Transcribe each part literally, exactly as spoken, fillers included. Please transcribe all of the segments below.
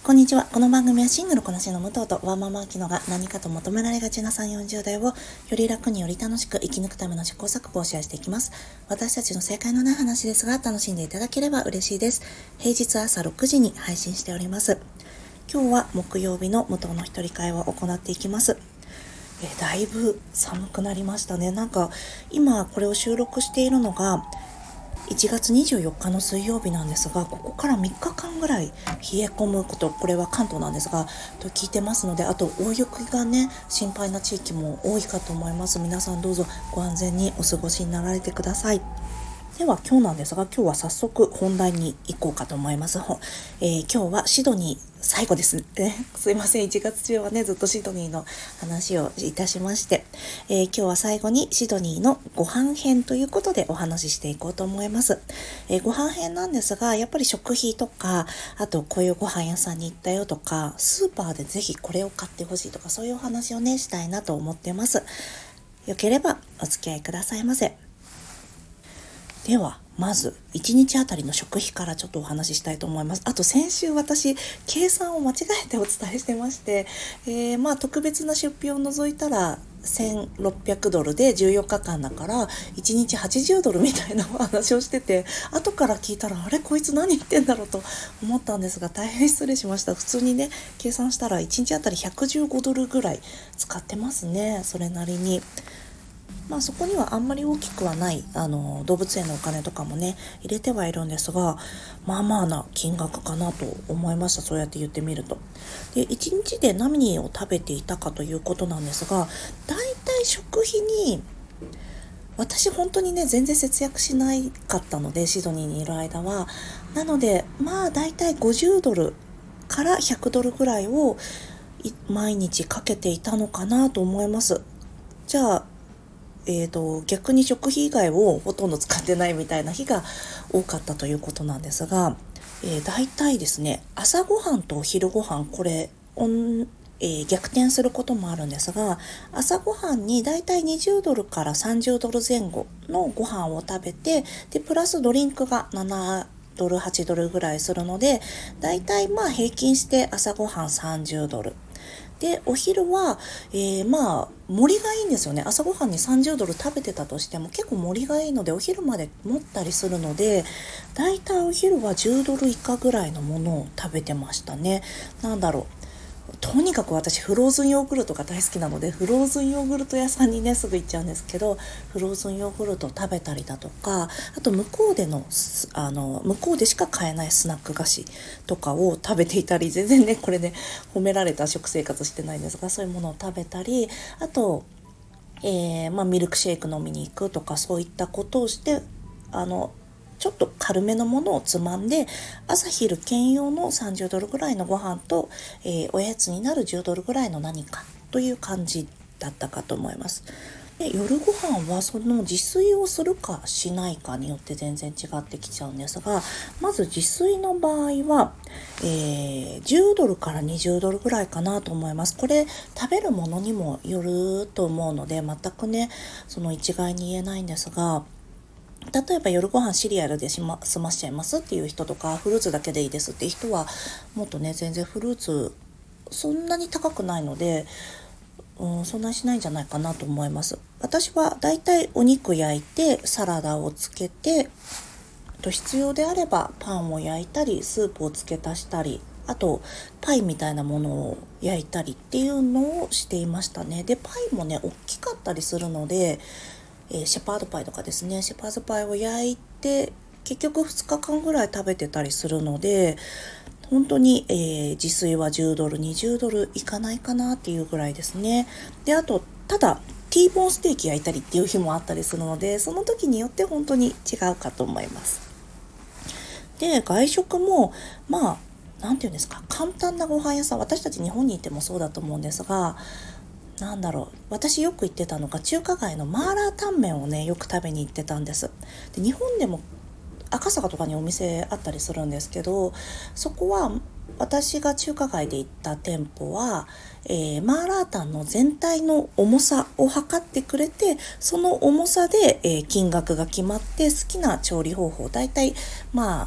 こんにちは。この番組はシングルこなしの武藤とワーママアキノが何かと求められがちなさんじゅう、よんじゅう代をより楽により楽しく生き抜くための試行錯誤をシェアしていきます。私たちの正解のない話ですが楽しんでいただければ嬉しいです。平日朝ろくじに配信しております。今日は木曜日の武藤の一人会を行っていきます。えだいぶ寒くなりましたね。なんか今これを収録しているのがいちがつにじゅうよっかの水曜日なんですが、ここからみっかかんぐらい冷え込むこと、これは関東なんですがと聞いてますので、あと大雪がね心配な地域も多いかと思います。皆さんどうぞご安全にお過ごしになられてください。では今日なんですが、今日は早速本題に行こうかと思います。えー、今日はシドニー最後ですね。すいません、いちがつ中はねずっとシドニーの話をいたしまして、えー、今日は最後にシドニーのご飯編ということでお話ししていこうと思います。えー、ご飯編なんですが、やっぱり食費とか、あとこういうご飯屋さんに行ったよとか、スーパーでぜひこれを買ってほしいとか、そういうお話をねしたいなと思ってます。よければお付き合いくださいませ。ではまずいちにちあたりの食費からちょっとお話ししたいと思います。あと先週私計算を間違えてお伝えしてまして、えー、まあ特別な出費を除いたらせんろっぴゃくドルでじゅうよっかかんだからいちにちはちじゅうドルみたいなお話をしてて、後から聞いたらあれこいつ何言ってんだろうと思ったんですが、大変失礼しました。普通にね計算したらいちにちあたりひゃくじゅうごドルぐらい使ってますね。それなりにまあそこにはあんまり大きくはないあの動物園のお金とかもね入れてはいるんですが、まあまあな金額かなと思いました。そうやって言ってみると。でいちにちで何を食べていたかということなんですが、だいたい食費に私本当にね全然節約しなかったので、シドニーにいる間は。なのでまあだいたいごじゅうドルからひゃくドルぐらいを毎日かけていたのかなと思います。じゃあえーと、逆に食費以外をほとんど使ってないみたいな日が多かったということなんですが、えー、大体ですね朝ごはんとお昼ごはんこれオン、えー、逆転することもあるんですが、朝ごはんに大体にじゅうドルからさんじゅうドル前後のご飯を食べて、でプラスドリンクがななドルはちドルぐらいするので、大体まあ平均して朝ごはんさんじゅうドルで、お昼は、えー、まあ盛りがいいんですよね。朝ごはんにさんじゅうドル食べてたとしても結構盛りがいいので、お昼まで持ったりするので、だいたいお昼はじゅうドル以下ぐらいのものを食べてましたね。なんだろう、とにかく私フローズンヨーグルトが大好きなので、フローズンヨーグルト屋さんにねすぐ行っちゃうんですけど、フローズンヨーグルトを食べたりだとか、あと向こうでのあの向こうでしか買えないスナック菓子とかを食べていたり、全然ねこれね褒められた食生活してないんですが、そういうものを食べたり、あと、えーまあ、ミルクシェイク飲みに行くとか、そういったことをして、あのちょっと軽めのものをつまんで、朝昼兼用のさんじゅうドルぐらいのご飯と、えー、おやつになるじゅうドルぐらいの何かという感じだったかと思います。で夜ご飯はその自炊をするかしないかによって全然違ってきちゃうんですが、まず自炊の場合は、えー、じゅうドルからにじゅうドルぐらいかなと思います。これ食べるものにもよると思うので全くねその一概に言えないんですが、例えば夜ご飯シリアルでし、ま、済ましちゃいますっていう人とか、フルーツだけでいいですっていう人はもっとね全然フルーツそんなに高くないので、うん、そんなにしないんじゃないかなと思います。私はだいたいお肉焼いてサラダをつけて、と必要であればパンを焼いたりスープをつけ足したり、あとパイみたいなものを焼いたりっていうのをしていましたね。でパイもね大きかったりするので、えー、シェパードパイとかですね、シェパードパイを焼いて結局ふつかかんぐらい食べてたりするので、本当に、えー、自炊はじゅうドルにじゅうドルいかないかなっていうぐらいですね。であとただティーボーンステーキ焼いたりっていう日もあったりするので、その時によって本当に違うかと思います。で外食もまあなんていうんですか、簡単なご飯屋さん、私たち日本にいてもそうだと思うんですが、なんだろう、私よく行ってたのが中華街のマーラータンメンをねよく食べに行ってたんです。で日本でも赤坂とかにお店あったりするんですけど、そこは私が中華街で行った店舗は、えー、マーラータンの全体の重さを測ってくれて、その重さで、えー、金額が決まって、好きな調理方法だいたいまあ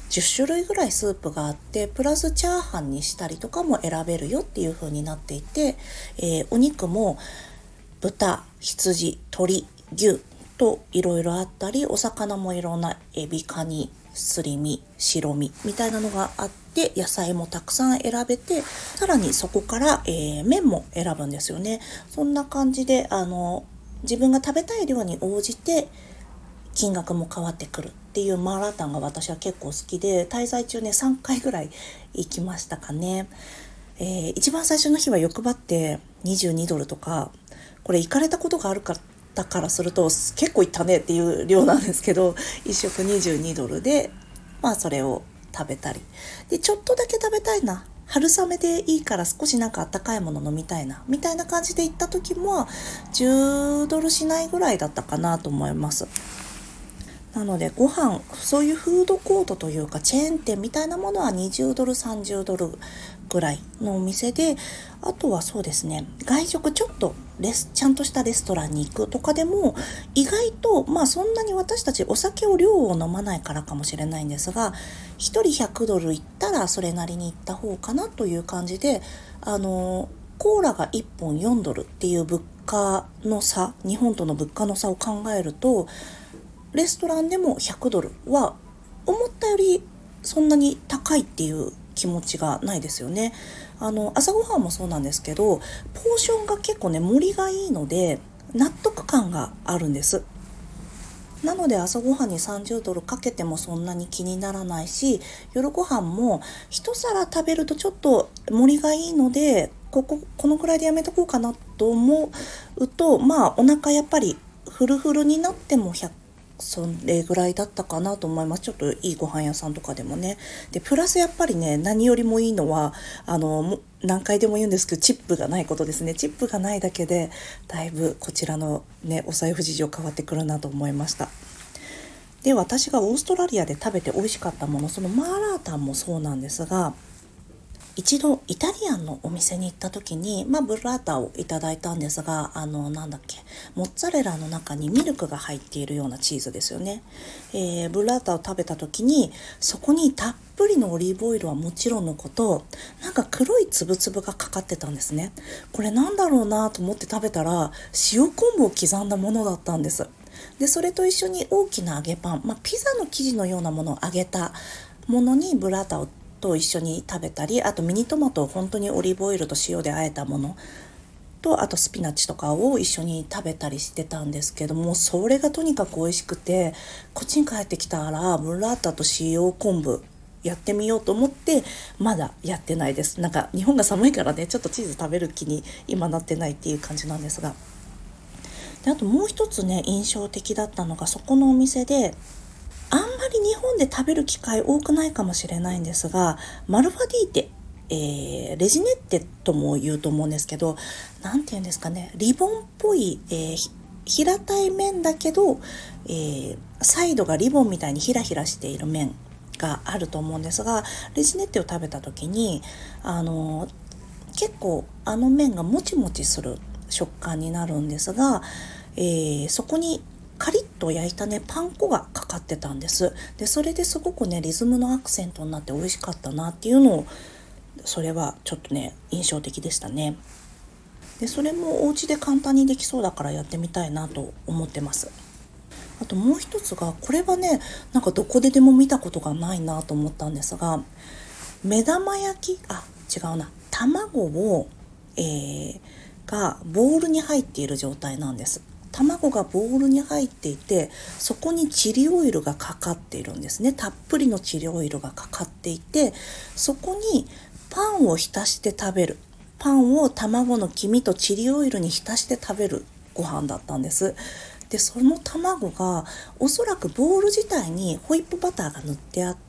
じゅっしゅるいぐらいスープがあって、プラスチャーハンにしたりとかも選べるよっていう風になっていて、えー、お肉も豚、羊、鶏、牛といろいろあったり、お魚もいろんなエビ、カニ、すり身、白身みたいなのがあって、野菜もたくさん選べて、さらにそこから、えー、麺も選ぶんですよね。そんな感じで、あの自分が食べたい量に応じて金額も変わってくるっていうマーラータンが私は結構好きで、滞在中ねさんかいぐらい行きましたかね。えー、一番最初の日は欲張ってにじゅうにドルとか、これ行かれたことがある方からすると結構行ったねっていう量なんですけど、いっしょくにじゅうにドルで、まあそれを食べたりで、ちょっとだけ食べたいな、春雨でいいから少しなんかあったかいもの飲みたいなみたいな感じで行った時もじゅうドルしないぐらいだったかなと思います。なのでご飯、そういうフードコートというかチェーン店みたいなものはにじゅうドルさんじゅうドルぐらいのお店で、あとはそうですね、外食ちょっとレスちゃんとしたレストランに行くとかでも意外と、まあそんなに私たちお酒を量を飲まないからかもしれないんですが、ひとりひゃくドル行ったらそれなりに行った方かなという感じで、あのコーラがいっぽんよんドルっていう物価の差、日本との物価の差を考えると、レストランでもひゃくドルは思ったよりそんなに高いっていう気持ちがないですよね。あの朝ごはんもそうなんですけど、ポーションが結構ね盛りがいいので納得感があるんです。なので朝ごはんにさんじゅうドルかけてもそんなに気にならないし、夜ご飯も一皿食べるとちょっと盛りがいいので、こここのくらいでやめとこうかなと思うと、まあお腹やっぱりフルフルになってもひゃくそれぐらいだったかなと思います。ちょっといいご飯屋さんとかでもね。でプラスやっぱりね、何よりもいいのはあの何回でも言うんですけど、チップがないことですね。チップがないだけでだいぶこちらのねお財布事情変わってくるなと思いました。で私がオーストラリアで食べて美味しかったもの、そのマーラータンもそうなんですが、一度イタリアンのお店に行った時に、まあ、ブッラータをいただいたんですが、あのなんだっけ、モッツァレラの中にミルクが入っているようなチーズですよね。えー、ブッラータを食べた時にそこにたっぷりのオリーブオイルはもちろんのこと、なんか黒いつぶつぶがかかってたんですね。これなんだろうなと思って食べたら、塩昆布を刻んだものだったんです。でそれと一緒に大きな揚げパン、まあ、ピザの生地のようなものを揚げたものにブラータをと一緒に食べたり、あとミニトマトを本当にオリーブオイルと塩で和えたものと、あとスピナッチとかを一緒に食べたりしてたんですけども、それがとにかく美味しくて、こっちに帰ってきたらブラータと塩昆布やってみようと思って、まだやってないです。なんか日本が寒いからね、ちょっとチーズ食べる気に今なってないっていう感じなんですが。であともう一つね印象的だったのが、そこのお店であんまり日本で食べる機会多くないかもしれないんですが、マルファディーテ、えー、レジネッテとも言うと思うんですけど、なんて言うんですかね、リボンっぽい、えー、平たい麺だけど、えー、サイドがリボンみたいにヒラヒラしている麺があると思うんですが、レジネッテを食べた時にあの結構あの麺がもちもちする食感になるんですが、えー、そこにカリッと焼いたねパン粉がかかってたんです。でそれですごくねリズムのアクセントになって美味しかったなっていうのを、それはちょっとね印象的でしたね。でそれもお家で簡単にできそうだからやってみたいなと思ってます。あともう一つが、これはねなんかどこででも見たことがないなと思ったんですが、目玉焼きあ違うな卵を、えー、がボウルに入っている状態なんです。卵がボウルに入っていて、そこにチリオイルがかかっているんですね。たっぷりのチリオイルがかかっていて、そこにパンを浸して食べる、パンを卵の黄身とチリオイルに浸して食べるご飯だったんです。でその卵がおそらくボウル自体にホイップバターが塗ってあって、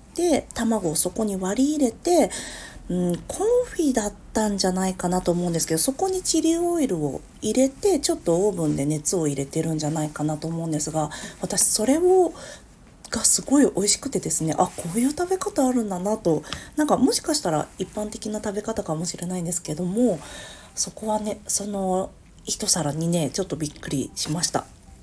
卵をそこに割り入れて、うん、コンフィだったんじゃないかなと思うんですけど、そこにチリオイルを入れてちょっとオーブンで熱を入れてるんじゃないかなと思うんですが、私それをがすごい美味しくてですね、あこういう食べ方あるんだなと、なんかもしかしたら一般的な食べ方かもしれないんですけども、そこはねその一皿にねちょっとびっくりしました。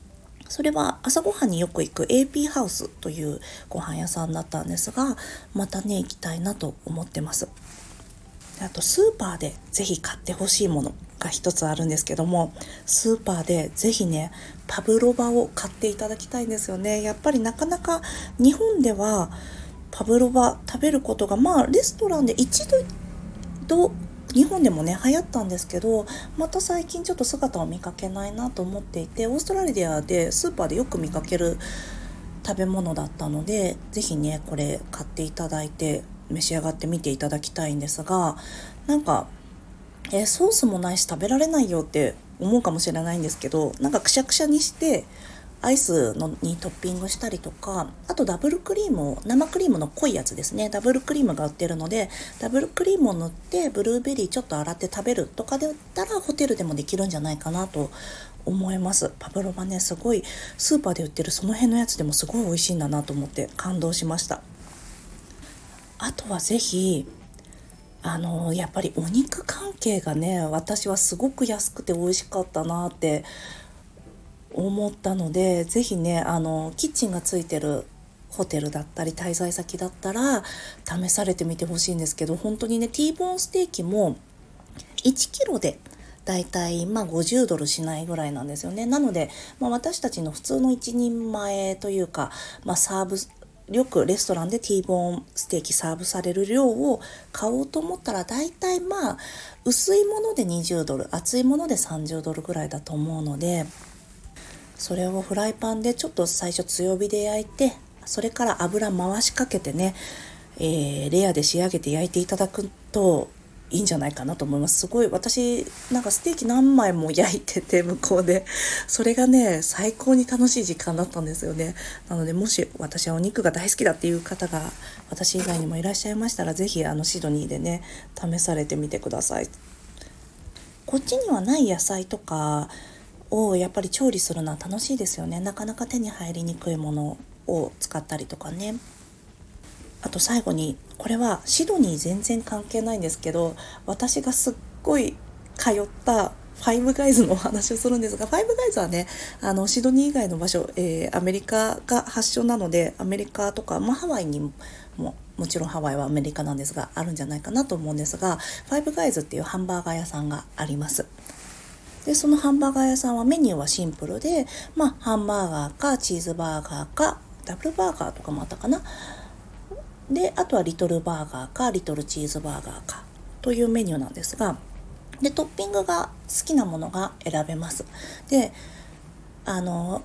それは朝ごはんによく行く エーピー ハウスというご飯屋さんだったんですが、またね行きたいなと思ってます。あとスーパーでぜひ買ってほしいものが一つあるんですけども、スーパーでぜひねパブロバを買っていただきたいんですよね。やっぱりなかなか日本ではパブロバ食べることが、まあレストランで一度日本でもね流行ったんですけど、また最近ちょっと姿を見かけないなと思っていて、オーストラリアでスーパーでよく見かける食べ物だったので、ぜひねこれ買っていただいて召し上がってみていただきたいんですが、なんかえーソースもないし食べられないよって思うかもしれないんですけど、なんかくしゃくしゃにしてアイスのにトッピングしたりとか、あとダブルクリームを、生クリームの濃いやつですね、ダブルクリームが売ってるのでダブルクリームを塗ってブルーベリーちょっと洗って食べるとかでったらホテルでもできるんじゃないかなと思います。パブロバね、すごいスーパーで売ってるその辺のやつでもすごい美味しいんだなと思って感動しました。あとはぜひあのやっぱりお肉関係がね、私はすごく安くて美味しかったなって思ったので、ぜひねあのキッチンがついてるホテルだったり滞在先だったら試されてみてほしいんですけど、本当にね T ボーンステーキもいちキロでだいたいまあごじゅうドルしないぐらいなんですよね。なので、まあ、私たちの普通の一人前というか、まあ、サーブよくレストランで T ボーンステーキサーブされる量を買おうと思ったら、だいたいまあ薄いものでにじゅうドル、厚いものでさんじゅうドルぐらいだと思うので、それをフライパンでちょっと最初強火で焼いて、それから油回しかけてね、えー、レアで仕上げて焼いていただくといいんじゃないかなと思います。すごい私なんかステーキ何枚も焼いてて向こうで、それがね最高に楽しい時間だったんですよね。なのでもし私はお肉が大好きだっていう方が私以外にもいらっしゃいましたら、ぜひあのシドニーでね試されてみてください。こっちにはない野菜とかをやっぱり調理するのは楽しいですよね。なかなか手に入りにくいものを使ったりとかね。あと最後に、これはシドニー全然関係ないんですけど、私がすっごい通ったファイブガイズのお話をするんですが、ファイブガイズはねあのシドニー以外の場所、えー、アメリカが発祥なので、アメリカとか、まあ、ハワイにももちろんハワイはアメリカなんですがあるんじゃないかなと思うんですが、ファイブガイズっていうハンバーガー屋さんがあります。でそのハンバーガー屋さんはメニューはシンプルで、まあ、ハンバーガーかチーズバーガーかダブルバーガーとかもあったかな。であとはリトルバーガーかリトルチーズバーガーかというメニューなんですが、でトッピングが好きなものが選べます。であの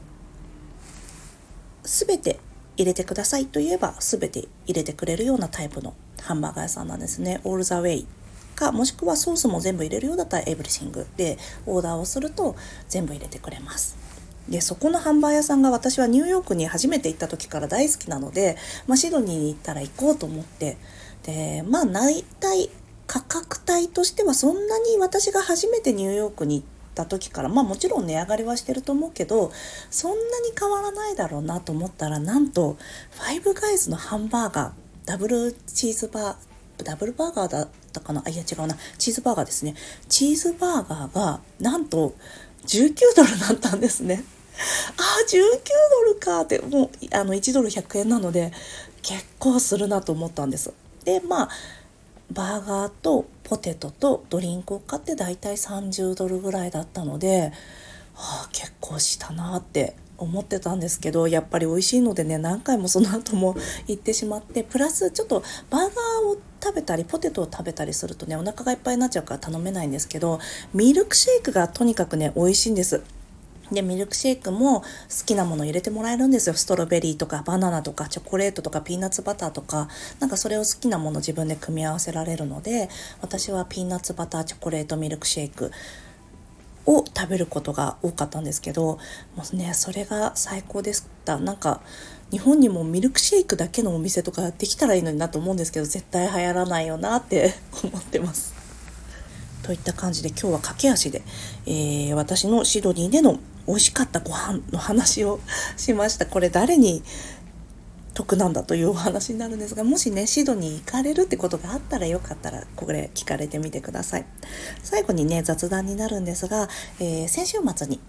全て入れてくださいと言えば全て入れてくれるようなタイプのハンバーガー屋さんなんですね。オールザウェイか、もしくはソースも全部入れるようだったらエブリシングでオーダーをすると全部入れてくれます。でそこのハンバーガー屋さんが私はニューヨークに初めて行った時から大好きなので、まあ、シドニーに行ったら行こうと思って、でまあ大体価格帯としてはそんなに、私が初めてニューヨークに行った時から、まあもちろん値上がりはしてると思うけどそんなに変わらないだろうなと思ったら、なんとファイブガイズのハンバーガーダブルチーズバーダブルバーガーだったかな、あいや違うな、チーズバーガーですね。チーズバーガーがなんとじゅうきゅうドルだったんですね。ああじゅうきゅうドルかって、もうあのいちドルひゃくえんなので結構するなと思ったんです。でまあバーガーとポテトとドリンクを買ってだいたいさんじゅうドルぐらいだったので、はあ、結構したなって思ってたんですけど、やっぱり美味しいのでね何回もその後も行ってしまって、プラスちょっとバーガーを食べたりポテトを食べたりするとねお腹がいっぱいになっちゃうから頼めないんですけど、ミルクシェイクがとにかくね美味しいんです。でミルクシェイクも好きなもの入れてもらえるんですよ。ストロベリーとかバナナとかチョコレートとかピーナッツバターとか、なんかそれを好きなもの自分で組み合わせられるので、私はピーナッツバターチョコレートミルクシェイクを食べることが多かったんですけど、もうねそれが最高でした。なんか日本にもミルクシェイクだけのお店とかできたらいいのになと思うんですけど、絶対流行らないよなって思ってます。といった感じで今日は駆け足で、えー、私のシドニーでの美味しかったご飯の話をしました。これ誰に得なんだというお話になるんですが、もしねシドニー行かれるってことがあったらよかったらこれ聞かれてみてください。最後にね雑談になるんですが、えー、先週末に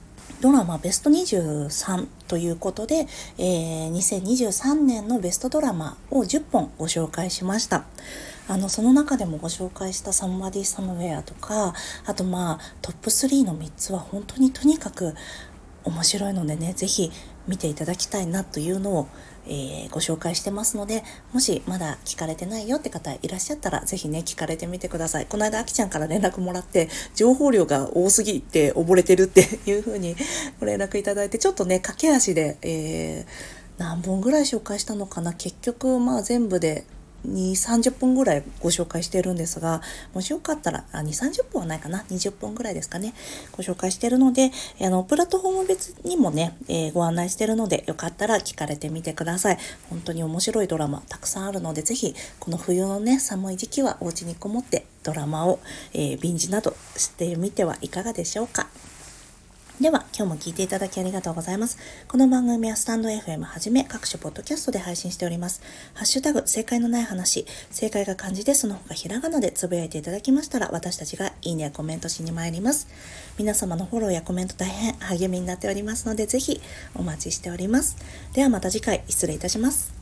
ドラマベストにじゅうさんということで、えー、にせんにじゅうさんねんのベストドラマをじゅっぽんご紹介しました。あのその中でもご紹介したサムバディサムウェアとか、あとまあトップスリーのみっつは本当にとにかく面白いのでね、ぜひ見ていただきたいなというのを、えー、ご紹介してますので、もしまだ聞かれてないよって方いらっしゃったらぜひね聞かれてみてください。この間あきちゃんから連絡もらって情報量が多すぎて溺れてるっていう風にご連絡いただいて、ちょっとね駆け足で、えー、何本ぐらい紹介したのかな、結局まあ全部でにじゅう、さんじゅっぷんぐらいご紹介してるんですが、もしよかったらあにじゅう、さんじゅっぷんはないかな、にじゅっぷんぐらいですかね、ご紹介してるので、あのプラットフォーム別にもね、えー、ご案内してるので、よかったら聞かれてみてください。本当に面白いドラマたくさんあるので、ぜひこの冬のね寒い時期はお家にこもってドラマを、えー、ビンジなどしてみてはいかがでしょうか。では今日も聞いていただきありがとうございます。この番組はスタンド エフエム はじめ各種ポッドキャストで配信しております。ハッシュタグ正解のない話、正解が漢字でその他ひらがなでつぶやいていただきましたら、私たちがいいねやコメントしに参ります。皆様のフォローやコメント大変励みになっておりますので、ぜひお待ちしております。ではまた次回失礼いたします。